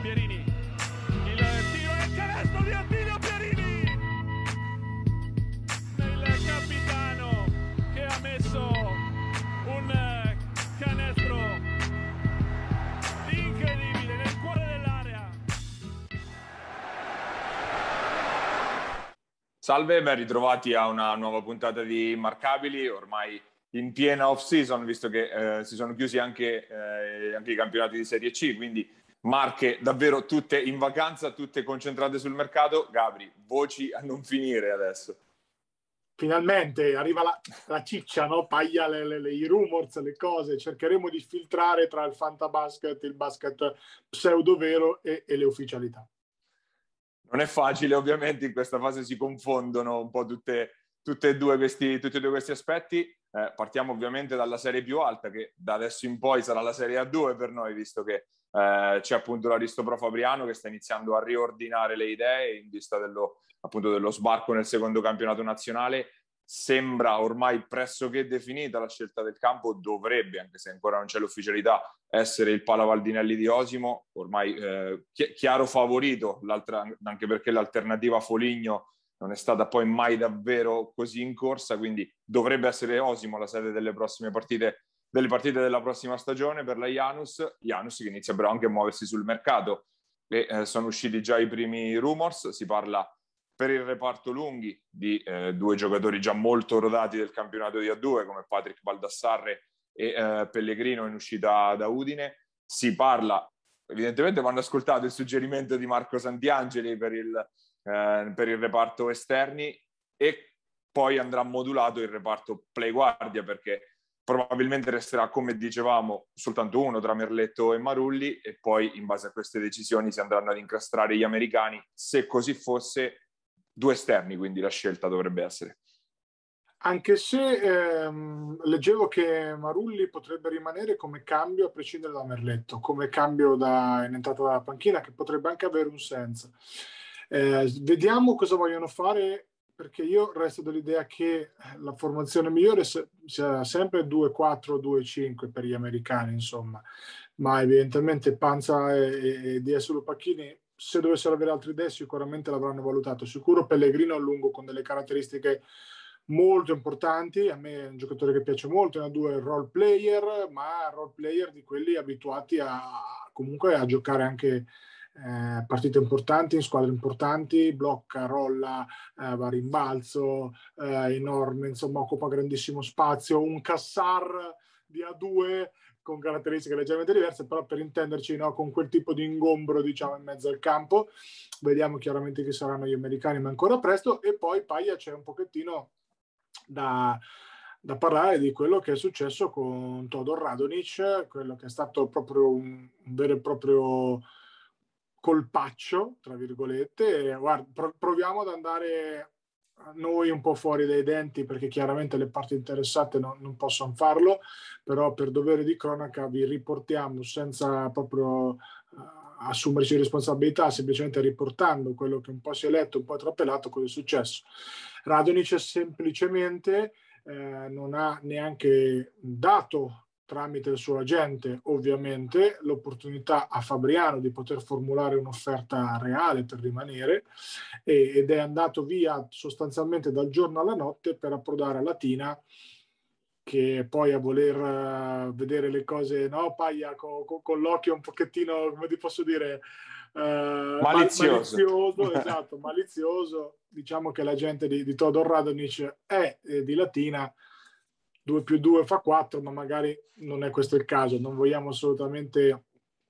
Pierini, il tiro e il canestro di Attilio Pierini, il capitano che ha messo un canestro incredibile nel cuore dell'area. Salve, ben ritrovati a una nuova puntata di Immarcabili, ormai in piena off-season, visto che si sono chiusi anche i campionati di Serie C, quindi Marche davvero tutte in vacanza, tutte concentrate sul mercato. Gabri, voci a non finire adesso. Finalmente arriva la ciccia, no? Paglia i rumors, le cose. Cercheremo di filtrare tra il fantabasket, il basket pseudo vero e le ufficialità. Non è facile, ovviamente in questa fase si confondono un po' tutti e due questi aspetti. Partiamo ovviamente dalla serie più alta, che da adesso in poi sarà la Serie A2 per noi, visto che c'è appunto l'Aristopro Fabriano che sta iniziando a riordinare le idee in vista dello sbarco nel secondo campionato nazionale. Sembra ormai pressoché definita la scelta del campo, dovrebbe, anche se ancora non c'è l'ufficialità, essere il Pala Valdinelli di Osimo, ormai chiaro favorito, anche perché l'alternativa Foligno non è stata poi mai davvero così in corsa, quindi dovrebbe essere Osimo la sede delle partite della prossima stagione per la Janus che inizia però anche a muoversi sul mercato e sono usciti già i primi rumors. Si parla per il reparto lunghi di due giocatori già molto rodati del campionato di A2 come Patrick Baldassarre e Pellegrino in uscita da Udine. Si parla, evidentemente vanno ascoltato il suggerimento di Marco Santiangeli per il reparto esterni, e poi andrà modulato il reparto play guardia, perché probabilmente resterà, come dicevamo, soltanto uno tra Merletto e Marulli, e poi in base a queste decisioni si andranno ad incastrare gli americani. Se così fosse, due esterni, quindi la scelta dovrebbe essere. Anche se leggevo che Marulli potrebbe rimanere come cambio a prescindere da Merletto, come cambio in entrata dalla panchina, che potrebbe anche avere un senso. Vediamo cosa vogliono fare, perché io resto dell'idea che la formazione migliore sia sempre 2-4-2-5 per gli americani, insomma, ma evidentemente Panza e DS Lupacchini, se dovessero avere altre idee, sicuramente l'avranno valutato. Sicuro Pellegrino a lungo con delle caratteristiche molto importanti. A me è un giocatore che piace molto, è un role player, ma role player di quelli abituati comunque a giocare anche partite importanti, in squadre importanti, blocca, rolla, va a rimbalzo, enorme, insomma occupa grandissimo spazio, un Cassar di A2 con caratteristiche leggermente diverse, però per intenderci, no, con quel tipo di ingombro, diciamo, in mezzo al campo. Vediamo chiaramente chi saranno gli americani, ma ancora presto. E poi Paglia c'è un pochettino da parlare di quello che è successo con Todor Radonic, quello che è stato proprio un vero e proprio colpaccio, tra virgolette. Guarda, proviamo ad andare noi un po' fuori dai denti, perché chiaramente le parti interessate non possono farlo, però per dovere di cronaca vi riportiamo, senza proprio assumerci responsabilità, semplicemente riportando quello che un po' si è letto, un po' trapelato, cosa è successo. Radonic semplicemente non ha neanche dato, tramite il suo agente ovviamente, l'opportunità a Fabriano di poter formulare un'offerta reale per rimanere, ed è andato via sostanzialmente dal giorno alla notte per approdare a Latina, che poi a voler vedere le cose, no, Paglia, con l'occhio un pochettino, come ti posso dire, malizioso, esatto, malizioso. Diciamo che la gente di Todor Radonic è di Latina, 2 più 2 fa 4, ma magari non è questo il caso, non vogliamo assolutamente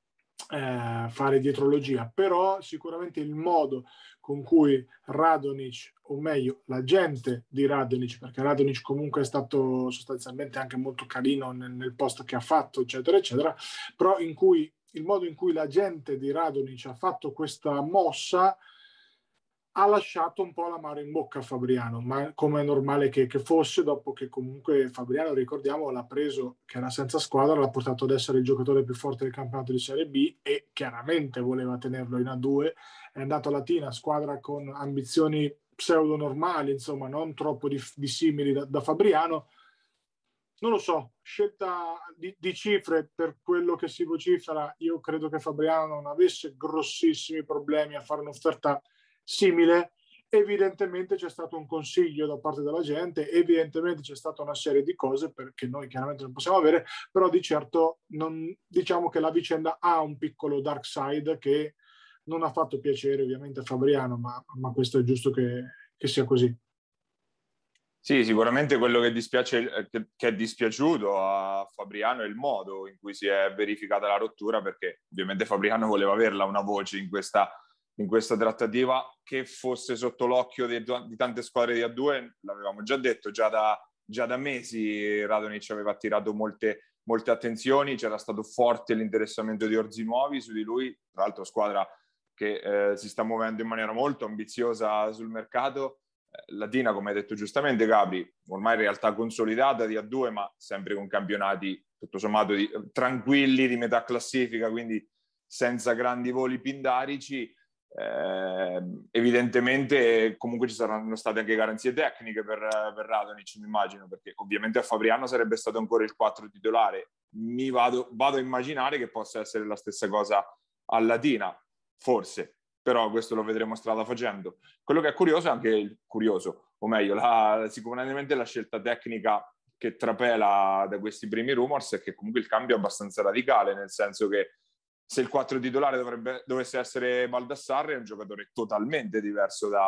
fare dietrologia, però sicuramente il modo con cui Radonic, o meglio la gente di Radonic, perché Radonic comunque è stato sostanzialmente anche molto carino nel post che ha fatto, eccetera eccetera, però il modo in cui la gente di Radonic ha fatto questa mossa ha lasciato un po' l'amaro in bocca a Fabriano, ma come è normale che fosse, dopo che comunque Fabriano, ricordiamo, l'ha preso che era senza squadra, l'ha portato ad essere il giocatore più forte del campionato di Serie B, e chiaramente voleva tenerlo in A2. È andato a Latina, squadra con ambizioni pseudo normali, insomma non troppo dissimili da Fabriano. non lo so, scelta di cifre per quello che si vocifera, io credo che Fabriano non avesse grossissimi problemi a fare un'offerta simile. Evidentemente c'è stato un consiglio da parte della gente, evidentemente c'è stata una serie di cose perché noi chiaramente non possiamo avere, però di certo non, diciamo che la vicenda ha un piccolo dark side che non ha fatto piacere ovviamente a Fabriano, ma questo è giusto che sia così. Sì, sicuramente quello che dispiace, che è dispiaciuto a Fabriano è il modo in cui si è verificata la rottura, perché ovviamente Fabriano voleva averla una voce in questa trattativa, che fosse sotto l'occhio di tante squadre di A2, l'avevamo già detto, già da mesi Radonjic aveva attirato molte attenzioni, c'era stato forte l'interessamento di Orzi Nuovi su di lui, tra l'altro squadra che si sta muovendo in maniera molto ambiziosa sul mercato. Latina, come hai detto giustamente Gabri, ormai in realtà consolidata di A2, ma sempre con campionati tutto sommato tranquilli, di metà classifica, quindi senza grandi voli pindarici. Evidentemente comunque ci saranno state anche garanzie tecniche per Radonjic, mi immagino, perché ovviamente a Fabriano sarebbe stato ancora il 4 titolare. Vado a immaginare che possa essere la stessa cosa a Latina, forse, però questo lo vedremo strada facendo. Quello che è curioso è anche o meglio, sicuramente la scelta tecnica che trapela da questi primi rumors è che comunque il cambio è abbastanza radicale, nel senso che se il 4 titolare dovesse essere Baldassarri, è un giocatore totalmente diverso da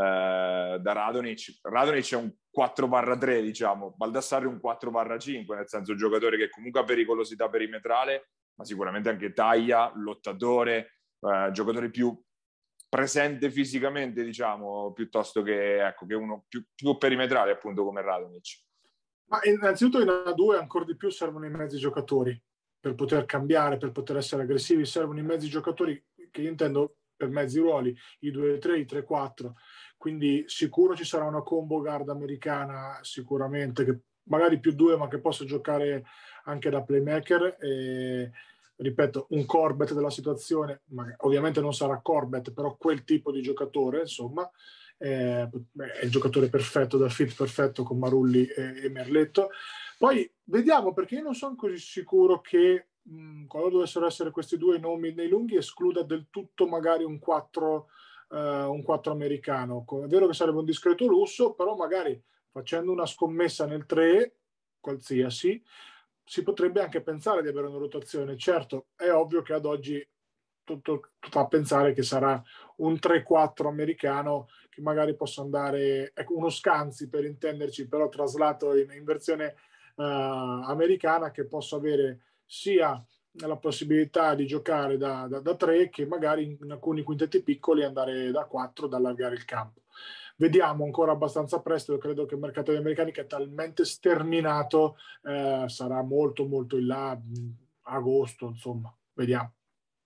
Radonjic. Radonjic è un 4/3, diciamo, Baldassarri un 4/5, nel senso un giocatore che comunque ha pericolosità perimetrale, ma sicuramente anche taglia, lottatore, giocatore più presente fisicamente, diciamo, piuttosto che uno più perimetrale, appunto, come Radonjic. Ma innanzitutto in A2 ancora di più servono i mezzi giocatori per poter cambiare, per poter essere aggressivi, servono i mezzi giocatori che io intendo per mezzi ruoli, i 2-3, i 3-4, quindi sicuro ci sarà una combo guard americana sicuramente, che magari più 2 ma che possa giocare anche da playmaker, e, ripeto, un Corbett della situazione, ma ovviamente non sarà Corbett, però quel tipo di giocatore, insomma, è il giocatore perfetto, da fit perfetto con Marulli e Merletto. Poi vediamo, perché io non sono così sicuro che quando dovessero essere questi due nomi nei lunghi escluda del tutto magari un 4 americano. È vero che sarebbe un discreto lusso, però magari facendo una scommessa nel 3 qualsiasi si potrebbe anche pensare di avere una rotazione. Certo, è ovvio che ad oggi tutto fa pensare che sarà un 3-4 americano che magari possa andare, ecco, uno Scanzi per intenderci, però traslato in versione americana, che possa avere sia la possibilità di giocare da 3 che magari in alcuni quintetti piccoli andare da 4, da allargare il campo. Vediamo, ancora abbastanza presto, io credo che il mercato degli americani, che è talmente sterminato, sarà molto molto in là, agosto, insomma, vediamo.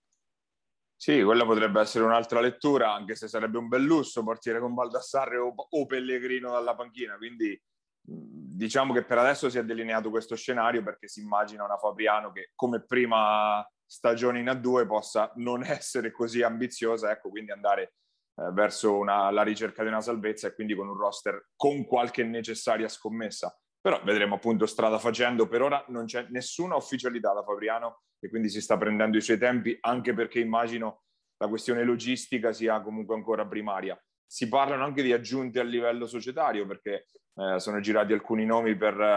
Sì, quella potrebbe essere un'altra lettura, anche se sarebbe un bel lusso partire con Baldassarri o Pellegrino dalla panchina, quindi diciamo che per adesso si è delineato questo scenario, perché si immagina una Fabriano che come prima stagione in A2 possa non essere così ambiziosa, ecco, quindi andare verso la ricerca di una salvezza, e quindi con un roster con qualche necessaria scommessa. Però vedremo appunto strada facendo. Per ora non c'è nessuna ufficialità da Fabriano e quindi si sta prendendo i suoi tempi, anche perché immagino la questione logistica sia comunque ancora primaria. Si parlano anche di aggiunte a livello societario, perché sono girati alcuni nomi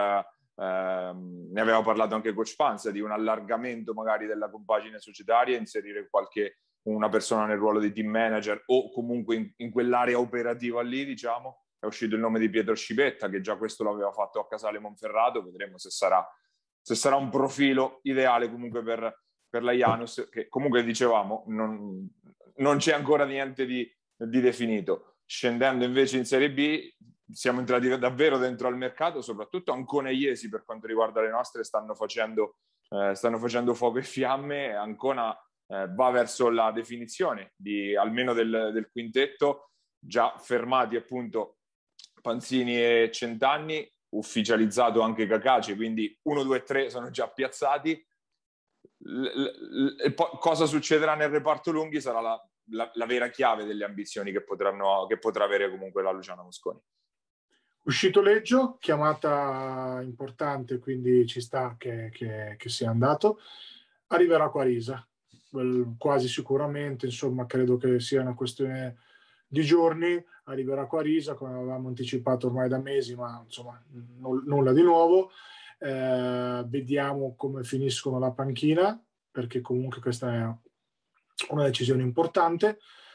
ne aveva parlato anche Coach Panza, di un allargamento magari della compagine societaria, inserire una persona nel ruolo di team manager o comunque in quell'area operativa lì, diciamo. È uscito il nome di Pietro Scipetta, che già questo l'aveva fatto a Casale Monferrato. Vedremo se sarà un profilo ideale comunque per la Janus, che comunque dicevamo non c'è ancora niente di definito. Scendendo invece in Serie B siamo entrati davvero dentro al mercato, soprattutto Ancona e Iesi per quanto riguarda le nostre stanno facendo fuoco e fiamme. Ancona va verso la definizione almeno del quintetto, già fermati appunto Panzini e Centanni, ufficializzato anche Cacace, quindi 1, 2, 3 sono già piazzati. Cosa succederà nel reparto lunghi sarà la vera chiave delle ambizioni che potrà avere comunque la Luciana Mosconi. Uscito Leggio, chiamata importante, quindi ci sta che sia andato. Arriverà Quarisa, quasi sicuramente, insomma, credo che sia una questione di giorni. Arriverà Quarisa, come avevamo anticipato ormai da mesi, ma insomma nulla di nuovo. Vediamo come finiscono la panchina, perché comunque questa è una decisione importante.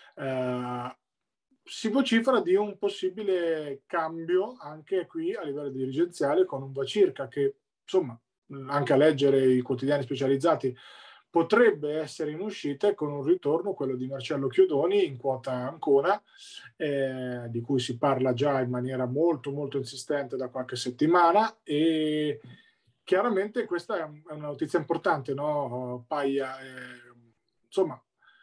Si vocifera di un possibile cambio anche qui a livello dirigenziale con un Vacirca che, insomma, anche a leggere i quotidiani specializzati, potrebbe essere in uscita, e con un ritorno, quello di Marcello Chiodoni in quota Ancona, di cui si parla già in maniera molto molto insistente da qualche settimana, e chiaramente questa è una notizia importante, no, Paia? Insomma,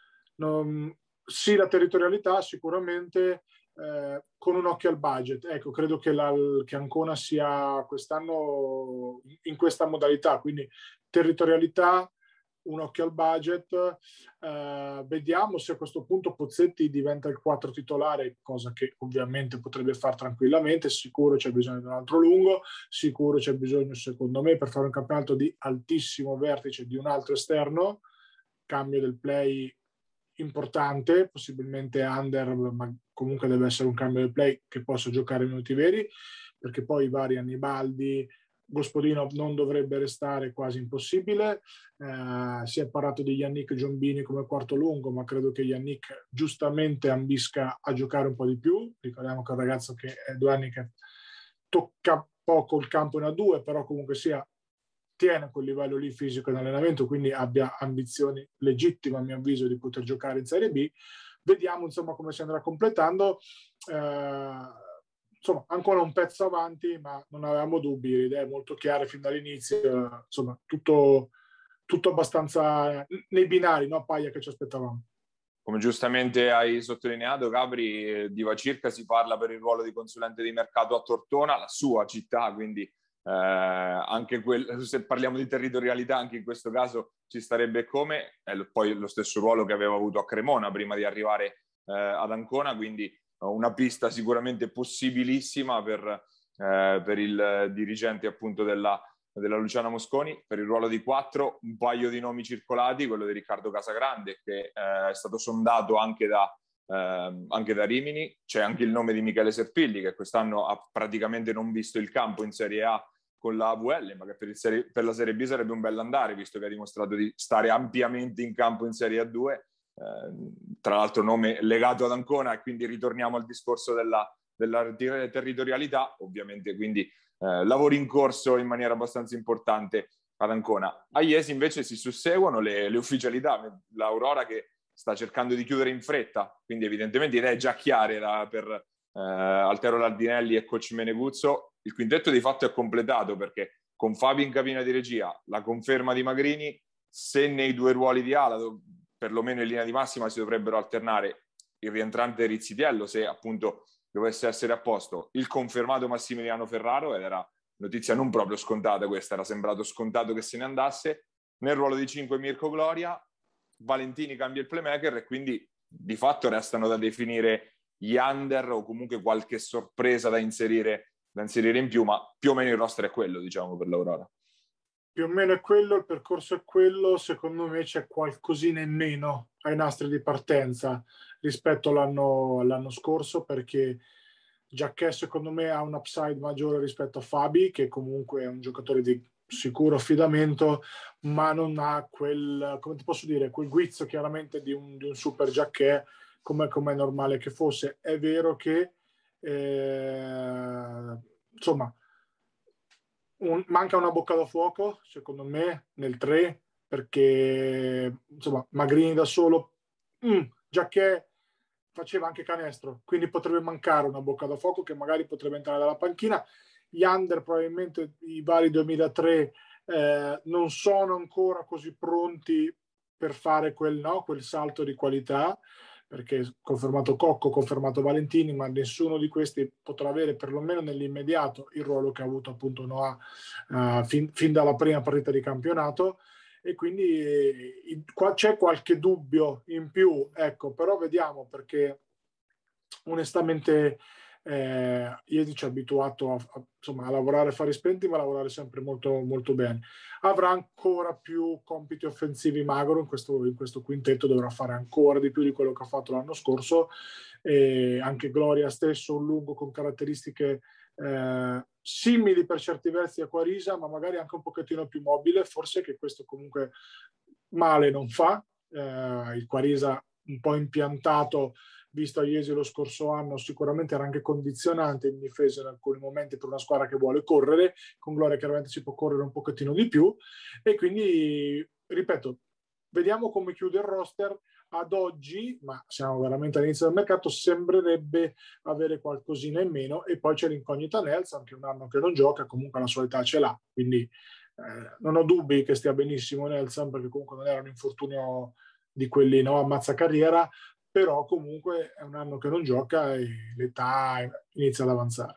sì, la territorialità sicuramente, con un occhio al budget. Ecco, credo che Ancona sia quest'anno in questa modalità, quindi territorialità, un occhio al budget. Vediamo se a questo punto Pozzetti diventa il 4 titolare, cosa che ovviamente potrebbe fare tranquillamente. Sicuro c'è bisogno di un altro lungo, sicuro c'è bisogno, secondo me, per fare un campionato di altissimo vertice, di un altro esterno. Cambio del play importante, possibilmente under, ma comunque deve essere un cambio del play che possa giocare minuti veri, perché poi i vari Annibaldi, Gospodino non dovrebbe restare, quasi impossibile. Si è parlato di Yannick Giombini come quarto lungo, ma credo che Yannick giustamente ambisca a giocare un po' di più. Ricordiamo che è un ragazzo che è 2 anni che tocca poco il campo in A2, però comunque sia tiene quel livello lì fisico in allenamento, quindi abbia ambizioni legittime, a mio avviso, di poter giocare in Serie B. Vediamo insomma come si andrà completando. Insomma, ancora un pezzo avanti, ma non avevamo dubbi, le idee molto chiare fin dall'inizio, insomma, tutto abbastanza nei binari, no, Paia, che ci aspettavamo. Come giustamente hai sottolineato, Gabri, di Vacirca si parla per il ruolo di consulente di mercato a Tortona, la sua città, quindi anche se parliamo di territorialità, anche in questo caso ci starebbe come, poi lo stesso ruolo che aveva avuto a Cremona prima di arrivare ad Ancona, quindi una pista sicuramente possibilissima per il dirigente appunto della Luciana Mosconi. Per il ruolo di 4 un paio di nomi circolati, quello di Riccardo Casagrande, che è stato sondato anche da Rimini. C'è anche il nome di Michele Serpilli, che quest'anno ha praticamente non visto il campo in Serie A con la AVL, ma che per la Serie B sarebbe un bell'andare, visto che ha dimostrato di stare ampiamente in campo in Serie A2. Tra l'altro nome legato ad Ancona, e quindi ritorniamo al discorso della territorialità, ovviamente, quindi lavori in corso in maniera abbastanza importante ad Ancona. A Iesi invece si susseguono le ufficialità, l'Aurora che sta cercando di chiudere in fretta, quindi evidentemente idee già chiare per Altero Lardinelli e coach Meneguzzo. Il quintetto di fatto è completato, perché con Fabio in cabina di regia, la conferma di Magrini, se nei 2 ruoli di ala, perlomeno in linea di massima, si dovrebbero alternare il rientrante Rizzitiello, se appunto dovesse essere a posto, il confermato Massimiliano Ferraro, ed era notizia non proprio scontata questa, era sembrato scontato che se ne andasse. Nel ruolo di 5 Mirko Gloria, Valentini cambia il playmaker, e quindi di fatto restano da definire gli under o comunque qualche sorpresa da inserire in più, ma più o meno il roster è quello, diciamo, per l'Aurora. Più o meno è quello, il percorso è quello. Secondo me c'è qualcosina in meno ai nastri di partenza rispetto all'anno scorso, perché Giacché secondo me ha un upside maggiore rispetto a Fabi, che comunque è un giocatore di sicuro affidamento, ma non ha quel, come ti posso dire, quel guizzo chiaramente di un super Giacché, come è normale che fosse. È vero che insomma manca una bocca da fuoco, secondo me, nel 3, perché insomma Magrini da solo, Giacché faceva anche canestro, quindi potrebbe mancare una bocca da fuoco che magari potrebbe entrare dalla panchina. Gli under, probabilmente i vari 2003, non sono ancora così pronti per fare quel salto di qualità, perché confermato Cocco, confermato Valentini, ma nessuno di questi potrà avere, perlomeno nell'immediato, il ruolo che ha avuto appunto Noah fin dalla prima partita di campionato. E quindi qua c'è qualche dubbio in più, ecco, però vediamo, perché onestamente Iesi ci ha abituato insomma, a lavorare a fari spenti, ma a lavorare sempre molto, molto bene. Avrà ancora più compiti offensivi Magro in questo quintetto, dovrà fare ancora di più di quello che ha fatto l'anno scorso. E anche Gloria stesso, un lungo con caratteristiche simili per certi versi a Quarisa, ma magari anche un pochettino più mobile, forse, che questo comunque male non fa. Il Quarisa un po' impiantato, visto a Iesi lo scorso anno, sicuramente era anche condizionante in difesa in alcuni momenti per una squadra che vuole correre. Con Gloria chiaramente si può correre un pochettino di più, e quindi, ripeto, vediamo come chiude il roster. Ad oggi, ma siamo veramente all'inizio del mercato, sembrerebbe avere qualcosina in meno, e poi c'è l'incognita Nelson, che è un anno che non gioca, comunque la sua età ce l'ha, quindi non ho dubbi che stia benissimo Nelson, perché comunque non era un infortunio di quelli, no, ammazza carriera, però comunque è un anno che non gioca e l'età inizia ad avanzare.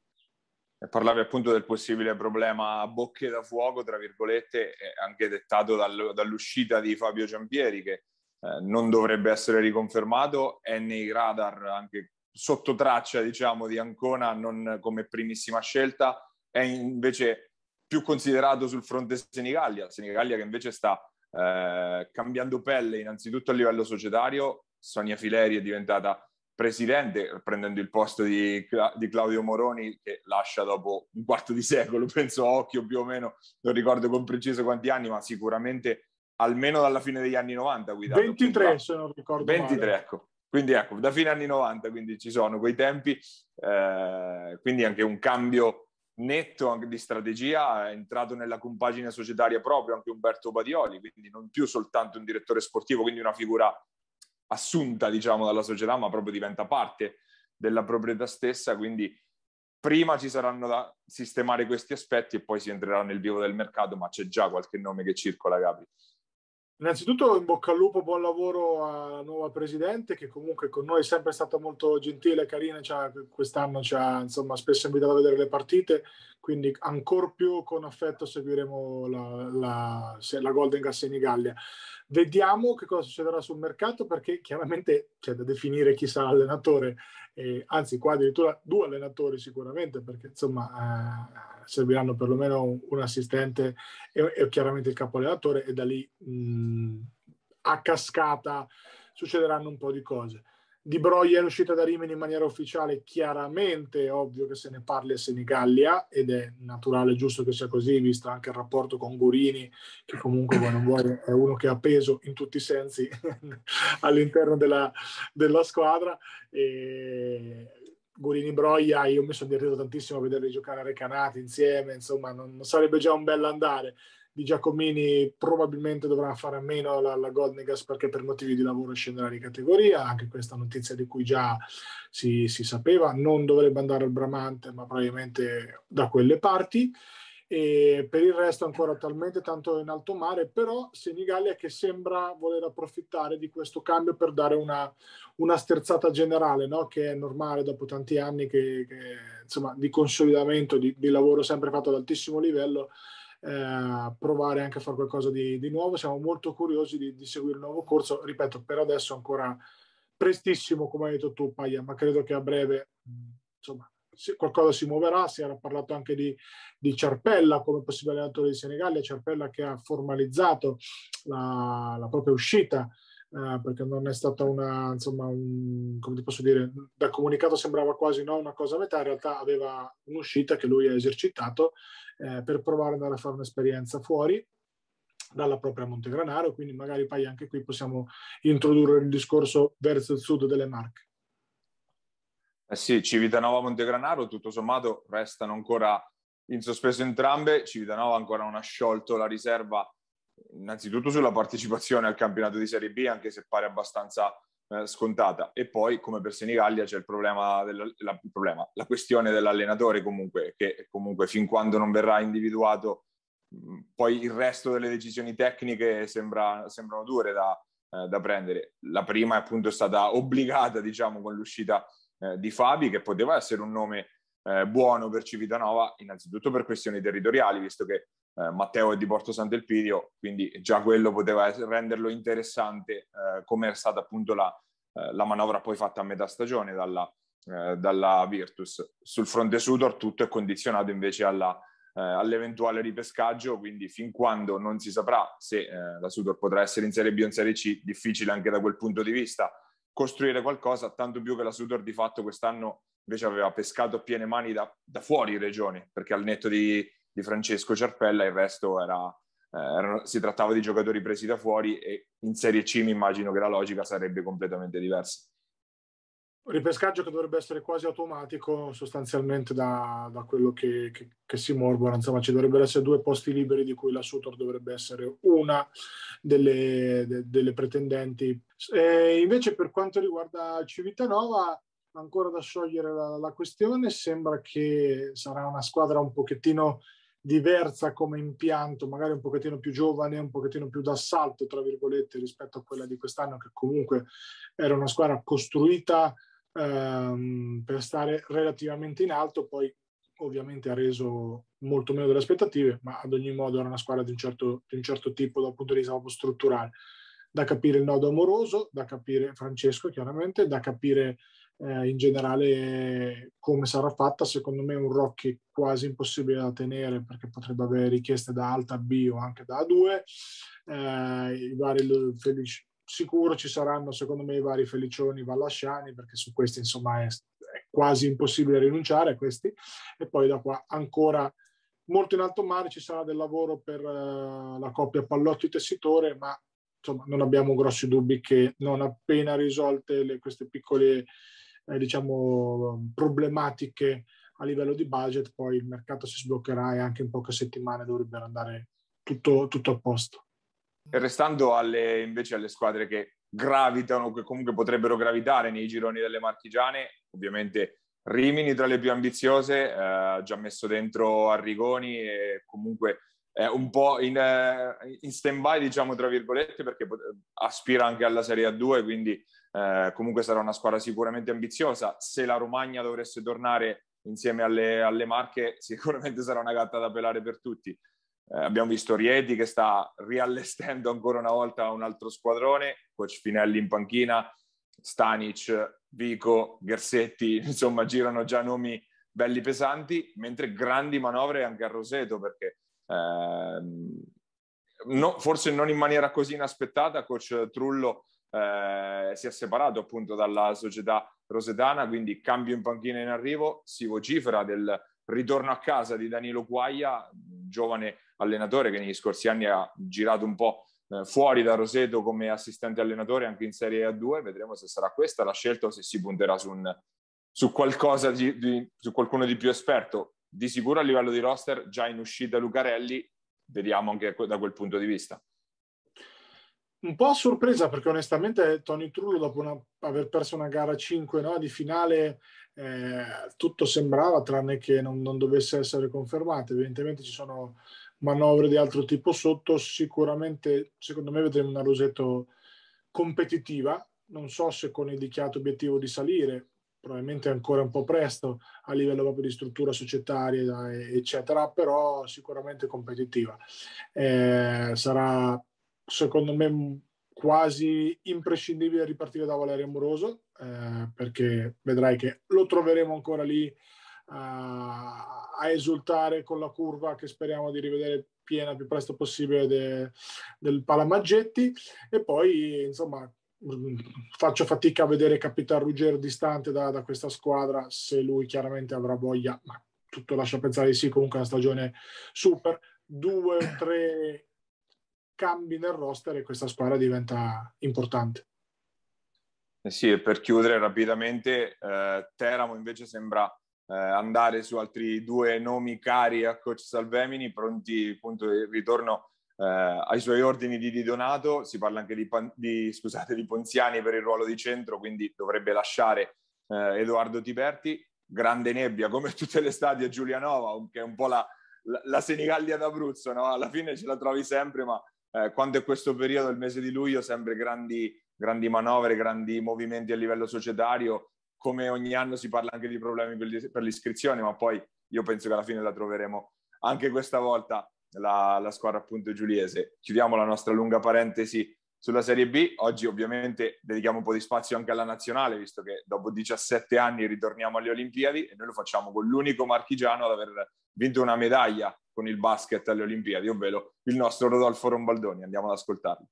Parlavi appunto del possibile problema a bocche da fuoco, tra virgolette, anche dettato dall'uscita di Fabio Giampieri, che non dovrebbe essere riconfermato, è nei radar anche sotto traccia, diciamo, di Ancona, non come primissima scelta, è invece più considerato sul fronte Senigallia che invece sta cambiando pelle innanzitutto a livello societario. Sonia Fileri è diventata presidente, prendendo il posto di Claudio Moroni, che lascia dopo un quarto di secolo, penso a occhio più o meno, non ricordo con preciso quanti anni, ma sicuramente almeno dalla fine degli anni 90 guidato. 23 se non ricordo 23, male. ecco. Quindi ecco, da fine anni 90, quindi ci sono quei tempi, quindi anche un cambio netto anche di strategia, è entrato nella compagine societaria proprio anche Umberto Badioli, quindi non più soltanto un direttore sportivo, quindi una figura assunta, diciamo, dalla società, ma proprio diventa parte della proprietà stessa. Quindi prima ci saranno da sistemare questi aspetti e poi si entrerà nel vivo del mercato, ma c'è già qualche nome che circola, Gabri. Innanzitutto in bocca al lupo, buon lavoro alla nuova presidente, che comunque con noi è sempre stata molto gentile e carina, quest'anno ci ha insomma spesso invitato a vedere le partite, quindi ancor più con affetto seguiremo la Golden Gas Senigallia. Vediamo che cosa succederà sul mercato, perché chiaramente c'è da definire chi sarà l'allenatore, anzi qua addirittura 2 allenatori sicuramente, perché insomma serviranno perlomeno un assistente e chiaramente il capo allenatore, e da lì a cascata succederanno un po' di cose. Di Broia è uscita da Rimini in maniera ufficiale, chiaramente è ovvio che se ne parli a Senigallia, ed è naturale e giusto che sia così, visto anche il rapporto con Gurini, che comunque non vuole, è uno che ha peso in tutti i sensi all'interno della squadra. E Gurini Broia, io mi sono divertito tantissimo a vederli giocare a Recanati insieme, insomma non sarebbe già un bell'andare. Di Giacomini probabilmente dovrà fare a meno la Golden Gas, perché per motivi di lavoro scenderà di categoria, anche questa notizia di cui già si sapeva, non dovrebbe andare al Bramante, ma probabilmente da quelle parti. E per il resto ancora talmente tanto in alto mare, però Senigallia che sembra voler approfittare di questo cambio per dare una sterzata generale, no? Che è normale dopo tanti anni che insomma, di consolidamento, di lavoro sempre fatto ad altissimo livello, provare anche a fare qualcosa di nuovo. Siamo molto curiosi di seguire il nuovo corso, ripeto, per adesso ancora prestissimo come hai detto tu, Paia, ma credo che a breve insomma qualcosa si muoverà. Si era parlato anche di Ciarpella come possibile allenatore di Senigallia, Ciarpella che ha formalizzato la propria uscita, perché non è stata come ti posso dire, dal comunicato sembrava quasi una cosa a metà, in realtà aveva un'uscita che lui ha esercitato per provare ad andare a fare un'esperienza fuori dalla propria Montegranaro, quindi magari poi anche qui possiamo introdurre il discorso verso il sud delle Marche. Sì, Civitanova Montegranaro tutto sommato restano ancora in sospeso entrambe. Civitanova ancora non ha sciolto la riserva innanzitutto sulla partecipazione al campionato di Serie B, anche se pare abbastanza scontata, e poi come per Senigallia c'è il problema, la questione dell'allenatore comunque, che comunque fin quando non verrà individuato poi il resto delle decisioni tecniche sembrano dure da prendere. La prima appunto è stata obbligata, diciamo, con l'uscita di Fabi, che poteva essere un nome buono per Civitanova, innanzitutto per questioni territoriali, visto che Matteo è di Porto Sant'Elpidio, quindi già quello poteva renderlo interessante, come è stata appunto la manovra poi fatta a metà stagione dalla Virtus. Sul fronte Sutor tutto è condizionato invece all'eventuale ripescaggio, quindi fin quando non si saprà se la Sutor potrà essere in Serie B o in Serie C, difficile anche da quel punto di vista costruire qualcosa, tanto più che la Sutor di fatto quest'anno invece aveva pescato a piene mani da fuori regione, perché al netto di Francesco Ciarpella il resto si trattava di giocatori presi da fuori, e in Serie C mi immagino che la logica sarebbe completamente diversa. Ripescaggio che dovrebbe essere quasi automatico sostanzialmente da quello che si morbora. Insomma, ci dovrebbero essere 2 posti liberi, di cui la Sutor dovrebbe essere una delle pretendenti. Invece per quanto riguarda Civitanova, ancora da sciogliere la questione. Sembra che sarà una squadra un pochettino diversa come impianto, magari un pochettino più giovane, un pochettino più d'assalto, tra virgolette, rispetto a quella di quest'anno, che comunque era una squadra costruita per stare relativamente in alto. Poi ovviamente ha reso molto meno delle aspettative, ma ad ogni modo era una squadra di un certo tipo dal punto di vista strutturale. Da capire il nodo amoroso, da capire Francesco chiaramente, da capire in generale come sarà fatta. Secondo me un Rocchi quasi impossibile da tenere, perché potrebbe avere richieste da alta B o anche da A2. I vari sicuro ci saranno, secondo me, i vari Felicioni, Vallasciani, perché su questi insomma è quasi impossibile rinunciare a questi. E poi da qua ancora molto in alto mare ci sarà del lavoro per la coppia Pallotti-Tessitore, ma insomma non abbiamo grossi dubbi che non appena risolte queste piccole diciamo problematiche a livello di budget, poi il mercato si sbloccherà e anche in poche settimane dovrebbe andare tutto a posto. E restando invece alle squadre che gravitano, che comunque potrebbero gravitare nei gironi delle marchigiane, ovviamente Rimini tra le più ambiziose, ha già messo dentro Arrigoni e comunque è un po' in stand-by, diciamo tra virgolette, perché aspira anche alla Serie A2, quindi comunque sarà una squadra sicuramente ambiziosa. Se la Romagna dovesse tornare insieme alle Marche, sicuramente sarà una gatta da pelare per tutti. Abbiamo visto Rieti che sta riallestendo ancora una volta un altro squadrone, coach Finelli in panchina, Stanic, Vico, Gersetti, insomma girano già nomi belli pesanti, mentre grandi manovre anche a Roseto, perché forse non in maniera così inaspettata, coach Trullo si è separato appunto dalla società rosetana, quindi cambio in panchina in arrivo. Si vocifera del ritorno a casa di Danilo Quaglia, giovane allenatore che negli scorsi anni ha girato un po' fuori da Roseto come assistente allenatore anche in Serie A2. Vedremo se sarà questa la scelta o se si punterà su qualcosa su qualcuno di più esperto. Di sicuro a livello di roster già in uscita Lucarelli, vediamo anche da quel punto di vista. Un po' a sorpresa, perché onestamente Tony Trullo, dopo aver perso una gara 5 di finale, tutto sembrava, tranne che non dovesse essere confermato. Evidentemente ci sono manovre di altro tipo sotto. Sicuramente, secondo me, vedremo una Roseto competitiva. Non so se con il dichiarato obiettivo di salire, probabilmente ancora un po' presto a livello proprio di struttura societaria, eccetera, però sicuramente competitiva. Sarà, secondo me, quasi imprescindibile ripartire da Valerio Amoroso, perché vedrai che lo troveremo ancora lì a esultare con la curva che speriamo di rivedere piena più presto possibile del Palamaggetti. E poi insomma faccio fatica a vedere Capitan Ruggero distante da questa squadra, se lui chiaramente avrà voglia, ma tutto lascia pensare di sì. Comunque una stagione super, 2 o 3 cambi nel roster e questa squadra diventa importante. Sì, e per chiudere rapidamente, Teramo invece sembra andare su altri 2 nomi cari a coach Salvemini, pronti appunto il ritorno ai suoi ordini di Donato. Si parla anche di Ponziani per il ruolo di centro, quindi dovrebbe lasciare Edoardo Tiberti. Grande nebbia come tutte le estati a Giulianova, che è un po' la Senigallia d'Abruzzo, no? Alla fine ce la trovi sempre, ma quando è questo periodo, il mese di luglio, sempre grandi manovre, grandi movimenti a livello societario. Come ogni anno si parla anche di problemi per l'iscrizione, ma poi io penso che alla fine la troveremo anche questa volta la squadra appunto giuliese. Chiudiamo la nostra lunga parentesi sulla Serie B. Oggi ovviamente dedichiamo un po' di spazio anche alla nazionale, visto che dopo 17 anni ritorniamo alle Olimpiadi, e noi lo facciamo con l'unico marchigiano ad aver vinto una medaglia con il basket alle Olimpiadi, ovvero il nostro Rodolfo Rombaldoni. Andiamo ad ascoltarlo.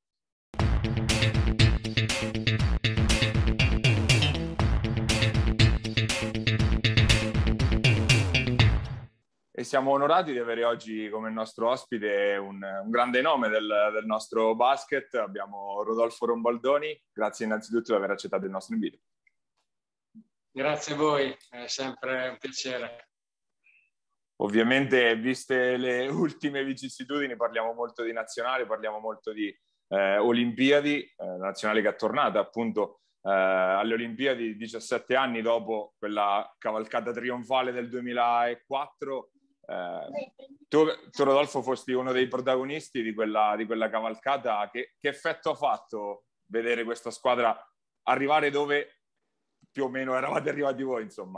E siamo onorati di avere oggi come nostro ospite un grande nome del nostro basket. Abbiamo Rodolfo Rombaldoni. Grazie innanzitutto di aver accettato il nostro invito. Grazie a voi, è sempre un piacere. Ovviamente, viste le ultime vicissitudini, parliamo molto di nazionale, parliamo molto di Olimpiadi, la nazionale che è tornata appunto alle Olimpiadi 17 anni dopo quella cavalcata trionfale del 2004. Tu Rodolfo fosti uno dei protagonisti di quella cavalcata. Che effetto ha fatto vedere questa squadra arrivare dove più o meno eravate arrivati voi, insomma?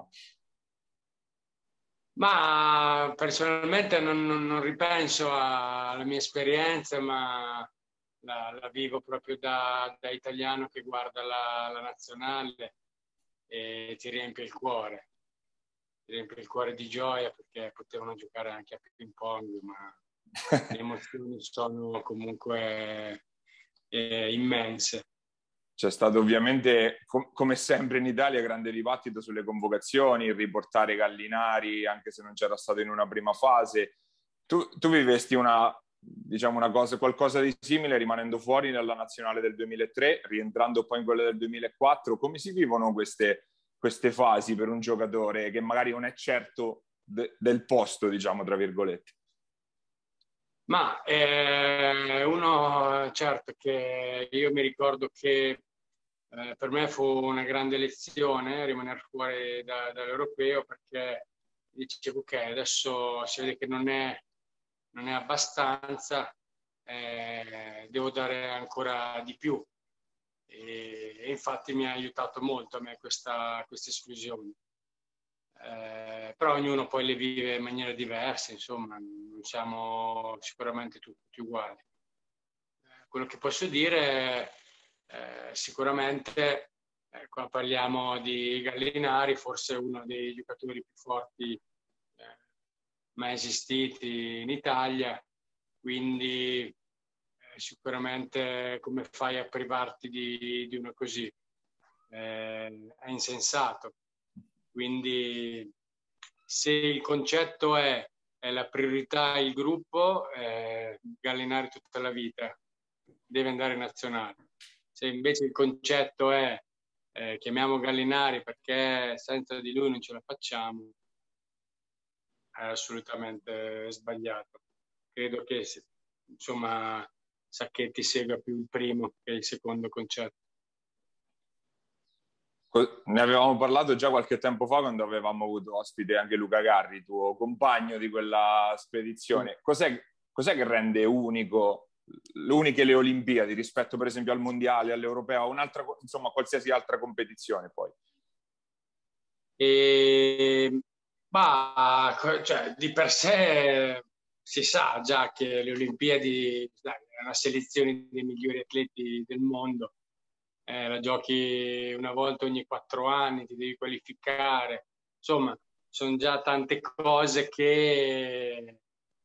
Ma personalmente non ripenso alla mia esperienza, ma la vivo proprio da italiano che guarda la nazionale e ti riempie il cuore. Ti riempie il cuore di gioia perché potevano giocare anche a ping pong, ma le emozioni sono comunque immense. C'è stato ovviamente, come sempre in Italia, grande dibattito sulle convocazioni, riportare Gallinari, anche se non c'era stato in una prima fase. Tu vivesti qualcosa di simile rimanendo fuori nella nazionale del 2003, rientrando poi in quella del 2004. Come si vivono queste fasi per un giocatore che magari non è certo del posto, diciamo, tra virgolette? Ma uno, certo, che io mi ricordo che per me fu una grande lezione rimanere fuori dall'europeo, perché dicevo ok, adesso si vede che non è abbastanza, devo dare ancora di più. E infatti mi ha aiutato molto a me questa esclusione. Però ognuno poi le vive in maniera diversa, insomma, non siamo sicuramente tutti uguali. Quello che posso dire sicuramente, qua parliamo di Gallinari, forse uno dei giocatori più forti mai esistiti in Italia, quindi sicuramente come fai a privarti di uno così? È insensato. Quindi se il concetto è la priorità il gruppo, Gallinari tutta la vita, deve andare in nazionale. Se invece il concetto è chiamiamo Gallinari perché senza di lui non ce la facciamo, è assolutamente sbagliato. Credo che insomma Sacchetti segua più il primo che il secondo concetto. Ne avevamo parlato già qualche tempo fa quando avevamo avuto ospite anche Luca Garri, tuo compagno di quella spedizione. Cos'è che rende uniche le Olimpiadi rispetto per esempio al Mondiale, all'Europeo, a un'altra, insomma, qualsiasi altra competizione poi? Cioè, di per sé si sa già che le Olimpiadi è una selezione dei migliori atleti del mondo. La giochi una volta ogni 4 anni, ti devi qualificare. Insomma, sono già tante cose che